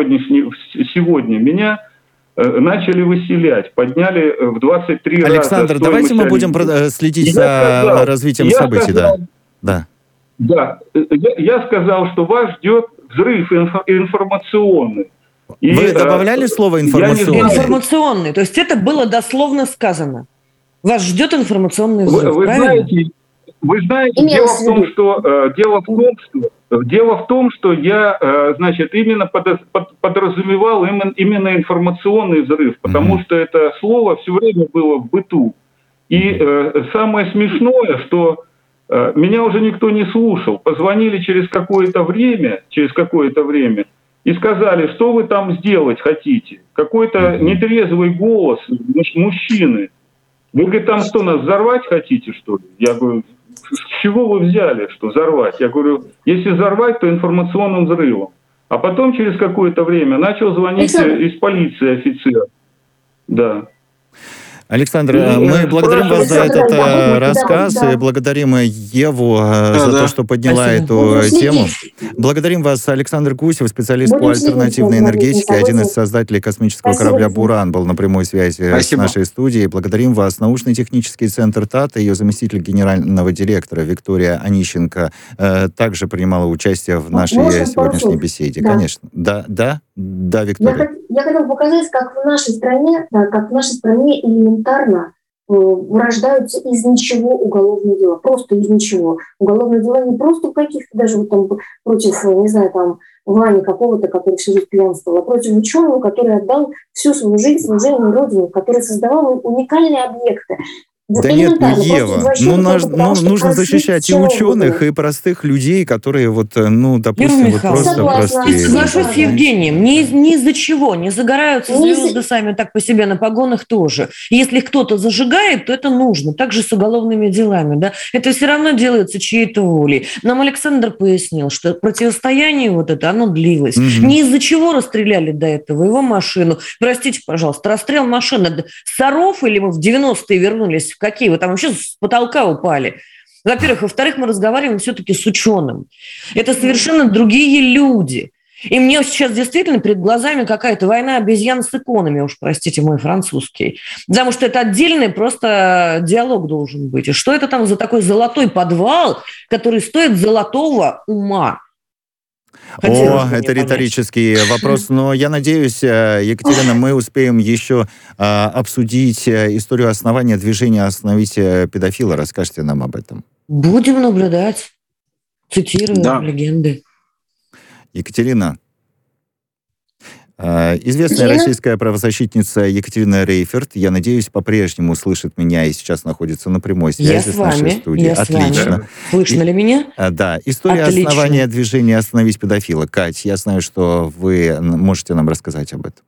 меня начали выселять, подняли в 23 раза. Александр, давайте мы будем следить за развитием событий. Да, я сказал, что вас ждет взрыв информационный. Вы добавляли слово «информационный»? Информационный, то есть это было дословно сказано. Вас ждет информационный взрыв, Вы знаете, дело в том, что я, значит, именно подразумевал именно информационный взрыв, потому что это слово все время было в быту. И самое смешное, что меня уже никто не слушал. Позвонили через какое-то время, и сказали: что вы там сделать хотите? Какой-то нетрезвый голос мужчины. Вы, говорит, там что, нас взорвать хотите, что ли? Я говорю: с чего вы взяли, что взорвать? Я говорю: если взорвать, то информационным взрывом. А потом через какое-то время начал звонить из полиции офицер. Да. Александр, мы благодарим вас за этот рассказ и благодарим Еву за то, что подняла эту тему. Благодарим вас. Александр Гусев, специалист по альтернативной энергетике, один из создателей космического корабля «Буран», был на прямой связи с нашей студией. Благодарим вас. Научно-технический центр ТАТ, ее заместитель генерального директора Виктория Онищенко также принимала участие в нашей сегодняшней беседе. Конечно. Да, Виктория. Я хотела показать, как в нашей стране элементарно вырождаются из ничего уголовные дела. Просто из ничего. Уголовные дела не просто каких-то даже вот там против, не знаю, там Вани какого-то, который всю жизнь пьянствовал, а против ученого, который отдал всю свою жизнь служению Родине, который создавал уникальные объекты. Да нет, Ева, нужно защищать и ученых, и простых людей, которые допустим, просто простые. Соглашусь с Евгением, ни из-за чего, не загораются звезды сами так по себе, на погонах тоже. Если кто-то зажигает, то это нужно, так же с уголовными делами, да, это все равно делается чьей-то волей. Нам Александр пояснил, что противостояние оно длилось. Не из-за чего расстреляли до этого его машину. Простите, пожалуйста, расстрел машины с Саров, или мы в 90-е вернулись? Какие? Вы там вообще с потолка упали. Во-первых. Во-вторых, мы разговариваем все-таки с ученым. Это совершенно другие люди. И мне сейчас действительно перед глазами какая-то война обезьян с иконами, уж простите мой французский. Потому что это отдельный просто диалог должен быть. И что это там за такой золотой подвал, который стоит золотого ума? Это риторический вопрос, но я надеюсь, Екатерина, мы успеем еще обсудить историю основания движения «Остановить педофила». Расскажите нам об этом. Будем наблюдать. Цитирую легенды. Екатерина. Известная российская правозащитница Екатерина Рейферт, я надеюсь, по-прежнему слышит меня и сейчас находится на прямой связи с нашей студией. Отлично. Слышно ли меня? Да. История основания движения «Остановить педофила». Кать, я знаю, что вы можете нам рассказать об этом.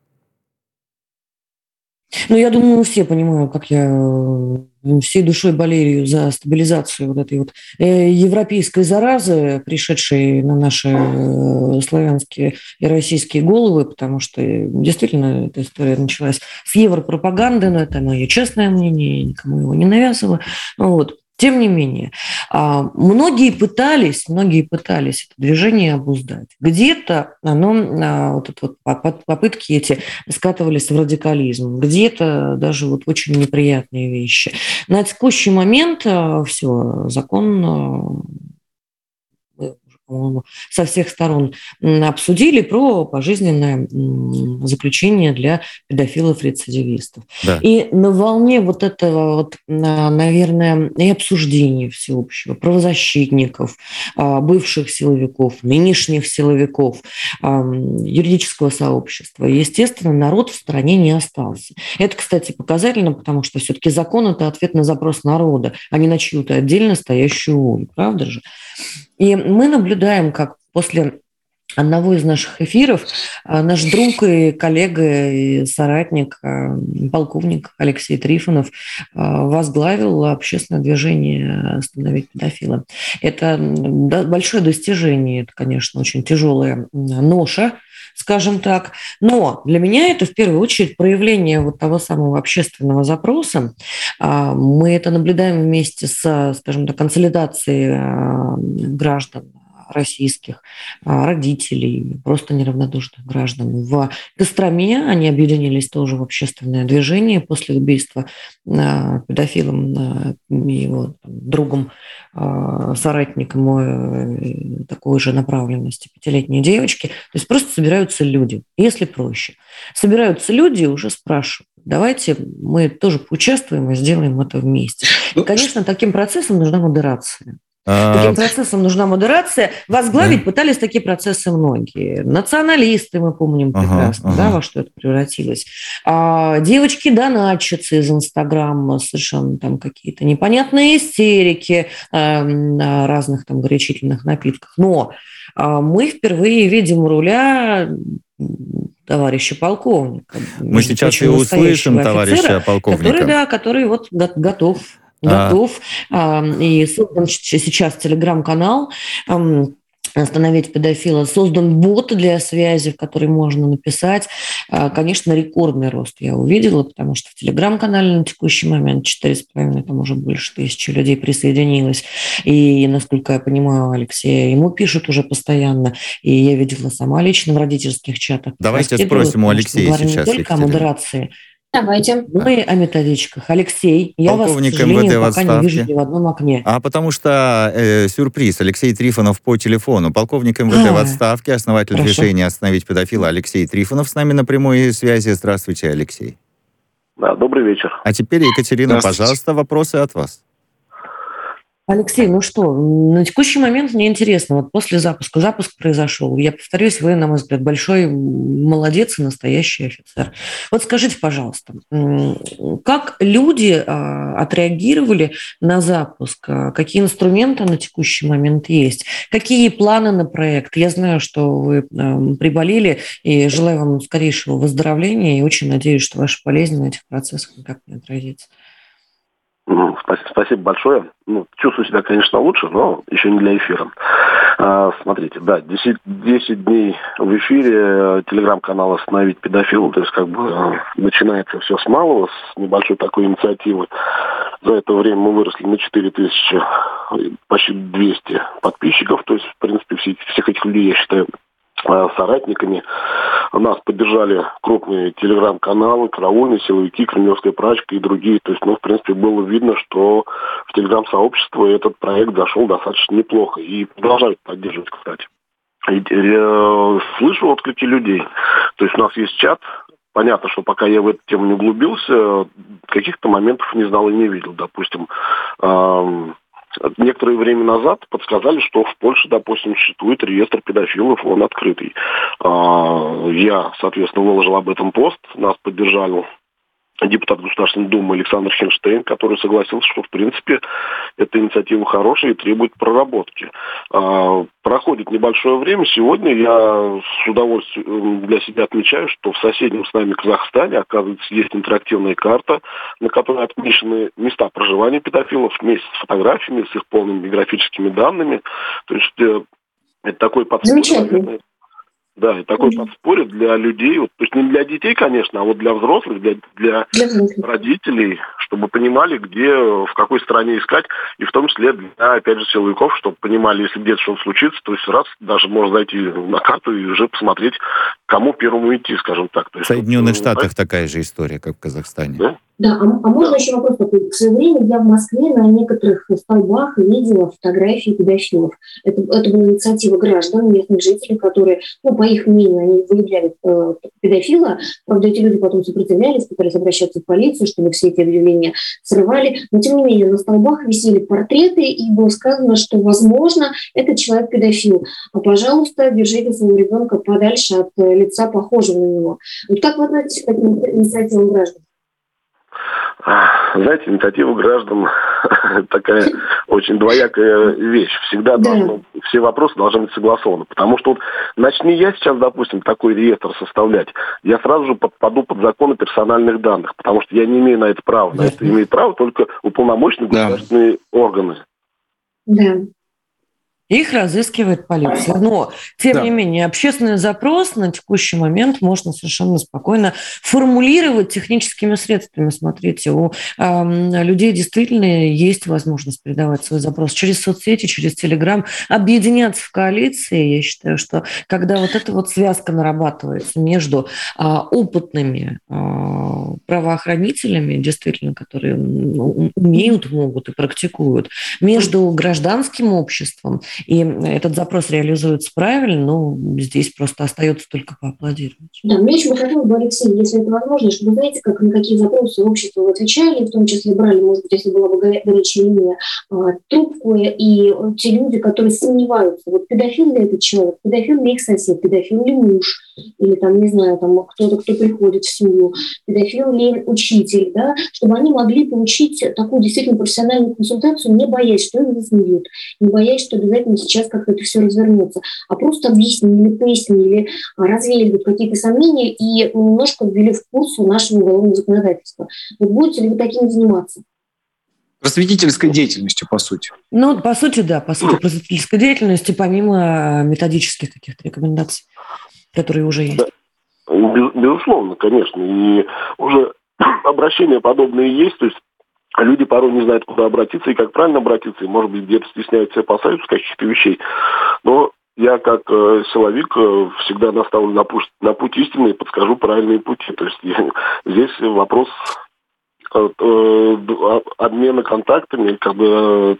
Я думаю, все понимают, как я всей душой болею за стабилизацию вот этой вот европейской заразы, пришедшей на наши славянские и российские головы, потому что действительно эта история началась с европропаганды, но это мое честное мнение, я никому его не навязываю. Тем не менее, многие пытались это движение обуздать. Где-то попытки эти скатывались в радикализм, где-то даже очень неприятные вещи. На текущий момент все, закон по-моему, со всех сторон обсудили про пожизненное заключение для педофилов-рецидивистов. Да. И на волне этого, наверное, и обсуждения всеобщего, правозащитников, бывших силовиков, нынешних силовиков, юридического сообщества, естественно, народ в стране не остался. Это, кстати, показательно, потому что все-таки закон – это ответ на запрос народа, а не на чью-то отдельно стоящую волю, правда же? И мы наблюдаем, как после одного из наших эфиров наш друг и коллега, и соратник, полковник Алексей Трифонов возглавил общественное движение «Остановить педофила». Это большое достижение, это, конечно, очень тяжелая ноша, скажем так. Но для меня это в первую очередь проявление того самого общественного запроса. Мы это наблюдаем вместе с, скажем так, консолидацией граждан российских, родителей, просто неравнодушных граждан. В Костроме они объединились тоже в общественное движение после убийства педофилом его другом, соратником такой же направленности 5-летней девочки. То есть просто собираются люди, если проще. Собираются люди и уже спрашивают: давайте мы тоже поучаствуем и сделаем это вместе. И, конечно, таким процессом нужна модерация. Таким процессом нужна модерация. Возглавить пытались такие процессы многие. Националисты, мы помним прекрасно, да, во что это превратилось. Девочки-доначицы из Инстаграма, совершенно там какие-то непонятные истерики разных там горячительных напитков. Но мы впервые видим у руля товарища полковника. Мы сейчас и услышим товарища полковника. Который готов. И создан сейчас телеграм-канал «Остановить педофила». Создан бот для связи, в который можно написать. Конечно, рекордный рост я увидела, потому что в телеграм-канале на текущий момент 4,5, там уже больше 1000 людей присоединилось. И, насколько я понимаю, Алексея, ему пишут уже постоянно. И я видела сама лично в родительских чатах. Давайте спросим у Алексея сейчас. Не только о модерации. Давайте. Мы о методичках. Алексей, я полковник вас, к сожалению, МВД пока не вижу ни в одном окне. Потому что сюрприз. Алексей Трифонов по телефону. Полковник МВД в отставке, основатель движения «Остановить педофила» Алексей Трифонов с нами на прямой связи. Здравствуйте, Алексей. Да, добрый вечер. А теперь, Екатерина, пожалуйста, вопросы от вас. Алексей, на текущий момент мне интересно, после запуска. Запуск произошел. Я повторюсь, вы, на мой взгляд, большой молодец и настоящий офицер. Скажите, пожалуйста, как люди отреагировали на запуск? Какие инструменты на текущий момент есть? Какие планы на проект? Я знаю, что вы приболели, и желаю вам скорейшего выздоровления, и очень надеюсь, что ваша болезнь на этих процессах никак не отразится. Спасибо большое. Чувствую себя, конечно, лучше, но еще не для эфира. Смотрите, да, 10 дней в эфире телеграм-канал «Остановить педофила». То есть, начинается все с малого, с небольшой такой инициативы. За это время мы выросли на 4000, почти 200 подписчиков. То есть, в принципе, всех этих людей, я считаю, соратниками. Нас поддержали крупные телеграм-каналы, караульные, силовики, Кремлевская прачка и другие. То есть, в принципе, было видно, что в телеграм-сообщество этот проект зашел достаточно неплохо. И продолжают поддерживать, кстати. И, слышу отклики людей. То есть у нас есть чат. Понятно, что пока я в эту тему не углубился, каких-то моментов не знал и не видел. Допустим, некоторое время назад подсказали, что в Польше, допустим, существует реестр педофилов, он открытый. Я, соответственно, выложил об этом пост, нас поддержал депутат Государственной Думы Александр Хинштейн, который согласился, что, в принципе, эта инициатива хорошая и требует проработки. Проходит небольшое время. Сегодня я с удовольствием для себя отмечаю, что в соседнем с нами Казахстане, оказывается, есть интерактивная карта, на которой отмечены места проживания педофилов вместе с фотографиями, с их полными биографическими данными. То есть это такой подспорье. Да, и такой подспорье для людей, то есть не для детей, конечно, а вот для взрослых, для родителей, чтобы понимали, где, в какой стране искать, и в том числе для, опять же, силовиков, чтобы понимали, если где-то что-то случится, то есть раз даже можно зайти на карту и уже посмотреть, кому первому идти, скажем так. То есть, в Соединенных Штатах такая же история, как в Казахстане. Да? Да, а можно еще вопрос такой? В свое время я в Москве на некоторых столбах видела фотографии педофилов. Это была инициатива граждан, местных жителей, которые, по их мнению, они выявляли педофила. Правда, эти люди потом сопротивлялись, пытались обращаться в полицию, чтобы все эти объявления срывали. Но, тем не менее, на столбах висели портреты, и было сказано, что, возможно, этот человек педофил. А, пожалуйста, держите своего ребенка подальше от лица, похожего на него. Вот как вы относитесь к этим инициативам граждан? Знаете, инициатива граждан такая очень двоякая вещь. Всегда все вопросы должны быть согласованы. Потому что начни я сейчас, допустим, такой реестр составлять, я сразу же подпаду под законы персональных данных, потому что я не имею на это права. На это имеют право только уполномоченные государственные органы. Да. Их разыскивает полиция. Но, тем не менее, общественный запрос на текущий момент можно совершенно спокойно формулировать техническими средствами. Смотрите, у людей действительно есть возможность передавать свой запрос через соцсети, через Телеграм, объединяться в коалиции. Я считаю, что когда вот эта вот связка нарабатывается между опытными правоохранителями, действительно, которые умеют, могут и практикуют, между гражданским обществом, и этот запрос реализуется правильно, но здесь просто остается только поаплодировать. Да, мне очень бы хотелось бы, Алексей, если это возможно, чтобы, знаете, как на какие запросы общества вы отвечали, в том числе брали, может быть, если была бы горячая линия, трубку, и те люди, которые сомневаются, вот педофил ли этот человек, педофил ли их сосед, педофил ли муж, или там, не знаю, там кто-то, кто приходит в семью, педофил ли учитель, да, чтобы они могли получить такую действительно профессиональную консультацию, не боясь, что их засмеют, не боясь, что обязательно сейчас как-то это все развернется, а просто объяснили, пояснили, развеяли какие-то сомнения и немножко ввели в курс нашего уголовного законодательства. Вот будете ли вы таким заниматься? Просветительской деятельностью, по сути. Ну, по сути, да, просветительской деятельности, помимо методических каких-то рекомендаций, которые уже есть. Да. Безусловно, конечно. И уже обращения подобные есть, то есть люди порой не знают, куда обратиться и как правильно обратиться, и, может быть, где-то стесняются и опасаются каких-то вещей. Но я, как силовик, всегда наставлю на путь истины и подскажу правильные пути. То есть здесь вопрос обмена контактами, как бы,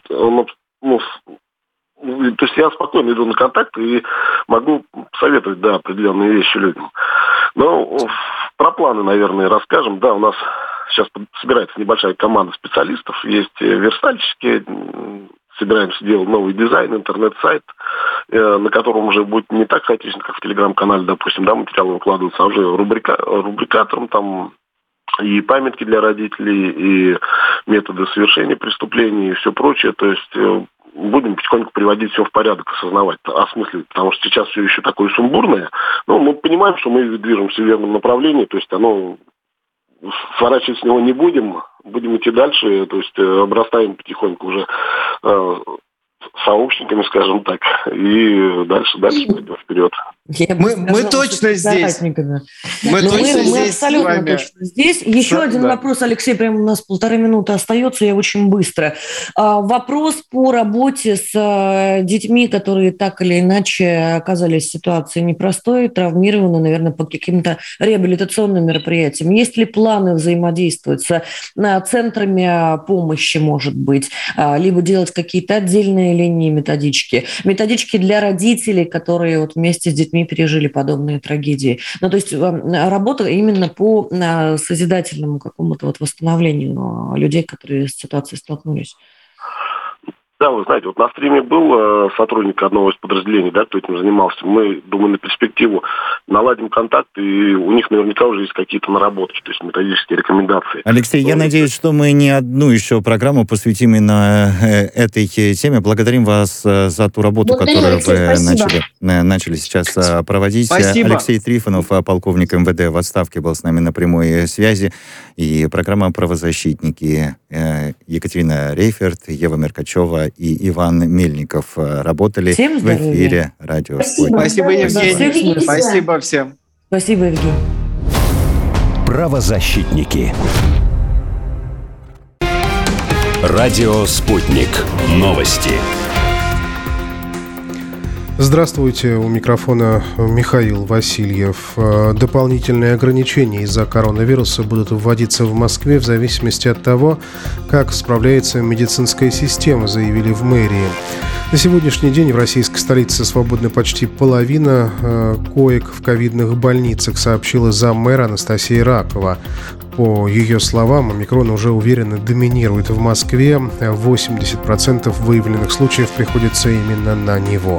то есть я спокойно иду на контакт и могу советовать, да, определенные вещи людям. Но про планы, наверное, расскажем. Да, у нас сейчас собирается небольшая команда специалистов, есть верстальщики, собираемся делать новый дизайн, интернет-сайт, на котором уже будет не так хаотично, как в Телеграм-канале, допустим, да, материалы выкладываются, а уже рубрикатором там и памятки для родителей, и методы совершения преступлений, и все прочее. То есть будем потихоньку приводить все в порядок, осознавать, осмысливать, потому что сейчас все еще такое сумбурное, но мы понимаем, что мы движемся в верном направлении, то есть оно сворачивать с него не будем идти дальше, то есть обрастаем потихоньку уже сообщниками, скажем так, и дальше пойдем вперед. Мы точно здесь. Мы абсолютно точно здесь. Еще один вопрос, Алексей, прямо у нас 1,5 минуты остается, я очень быстро. Вопрос по работе с детьми, которые так или иначе оказались в ситуации непростой, травмированы, наверное, по каким-то реабилитационным мероприятиям. Есть ли планы взаимодействовать с центрами помощи, может быть, либо делать какие-то отдельные линии методички для родителей, которые вот вместе с детьми пережили подобные трагедии. Ну, то есть работа именно по созидательному какому-то вот восстановлению людей, которые с ситуацией столкнулись. Да, вы знаете, вот на стриме был сотрудник одного из подразделений, да, кто этим занимался. Мы, думаю, на перспективу наладим контакт, и у них наверняка уже есть какие-то наработки, то есть методические рекомендации. Алексей, я надеюсь, что мы не одну еще программу посвятим именно этой теме. Благодарим вас за ту работу, которую вы начали сейчас проводить. Спасибо. Алексей Трифонов, полковник МВД в отставке, был с нами на прямой связи. И программа «Правозащитники». Екатерина Рейферт, Ева Меркачева и Иван Мельников работали в эфире радио «Спутник». Спасибо, Евгений. Спасибо всем. Спасибо, Евгений. Правозащитники. Радио «Спутник». Новости. Здравствуйте, у микрофона Михаил Васильев. Дополнительные ограничения из-за коронавируса будут вводиться в Москве в зависимости от того, как справляется медицинская система, заявили в мэрии. На сегодняшний день в российской столице свободна почти половина коек в ковидных больницах, сообщила заммэра Анастасия Ракова. По ее словам, омикрон уже уверенно доминирует в Москве. 80% выявленных случаев приходится именно на него.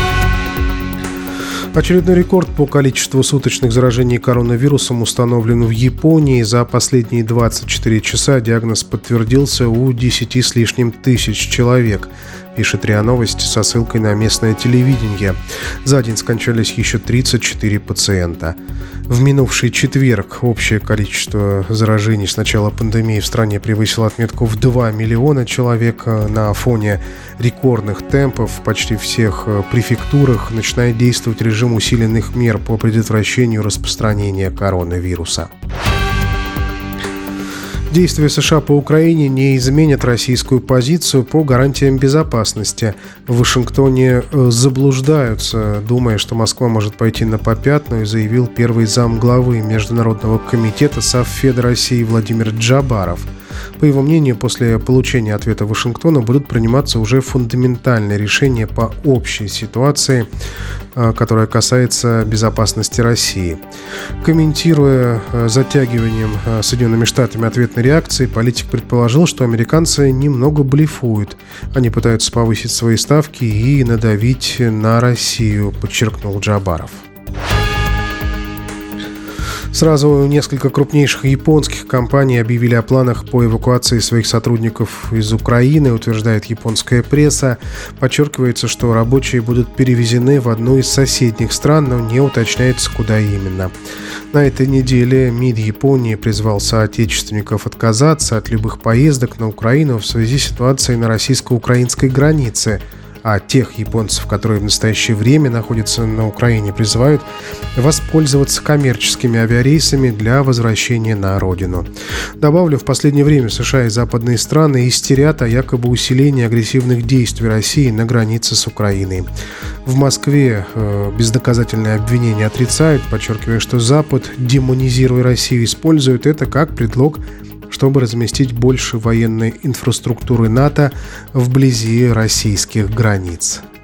Очередной рекорд по количеству суточных заражений коронавирусом установлен в Японии. За последние 24 часа диагноз подтвердился у 10 с лишним тысяч человек, пишет РИА Новости со ссылкой на местное телевидение. За день скончались еще 34 пациента. В минувший четверг общее количество заражений с начала пандемии в стране превысило отметку в 2 миллиона человек. На фоне рекордных темпов в почти всех префектурах начинает действовать режим усиленных мер по предотвращению распространения коронавируса. Действия США по Украине не изменят российскую позицию по гарантиям безопасности. В Вашингтоне заблуждаются, думая, что Москва может пойти на попятную, заявил первый замглавы Международного комитета Совфеда России Владимир Джабаров. По его мнению, после получения ответа Вашингтона будут приниматься уже фундаментальные решения по общей ситуации, которая касается безопасности России. Комментируя затягиванием Соединенными Штатами ответной реакции, политик предположил, что американцы немного блефуют. Они пытаются повысить свои ставки и надавить на Россию, подчеркнул Джабаров. Сразу несколько крупнейших японских компаний объявили о планах по эвакуации своих сотрудников из Украины, утверждает японская пресса. Подчеркивается, что рабочие будут перевезены в одну из соседних стран, но не уточняется, куда именно. На этой неделе МИД Японии призвал соотечественников отказаться от любых поездок на Украину в связи с ситуацией на российско-украинской границе. А тех японцев, которые в настоящее время находятся на Украине, призывают воспользоваться коммерческими авиарейсами для возвращения на родину. Добавлю, в последнее время США и западные страны истерят о якобы усилении агрессивных действий России на границе с Украиной. В Москве бездоказательные обвинения отрицают, подчеркивая, что Запад, демонизируя Россию, использует это как предлог, чтобы разместить больше военной инфраструктуры НАТО вблизи российских границ.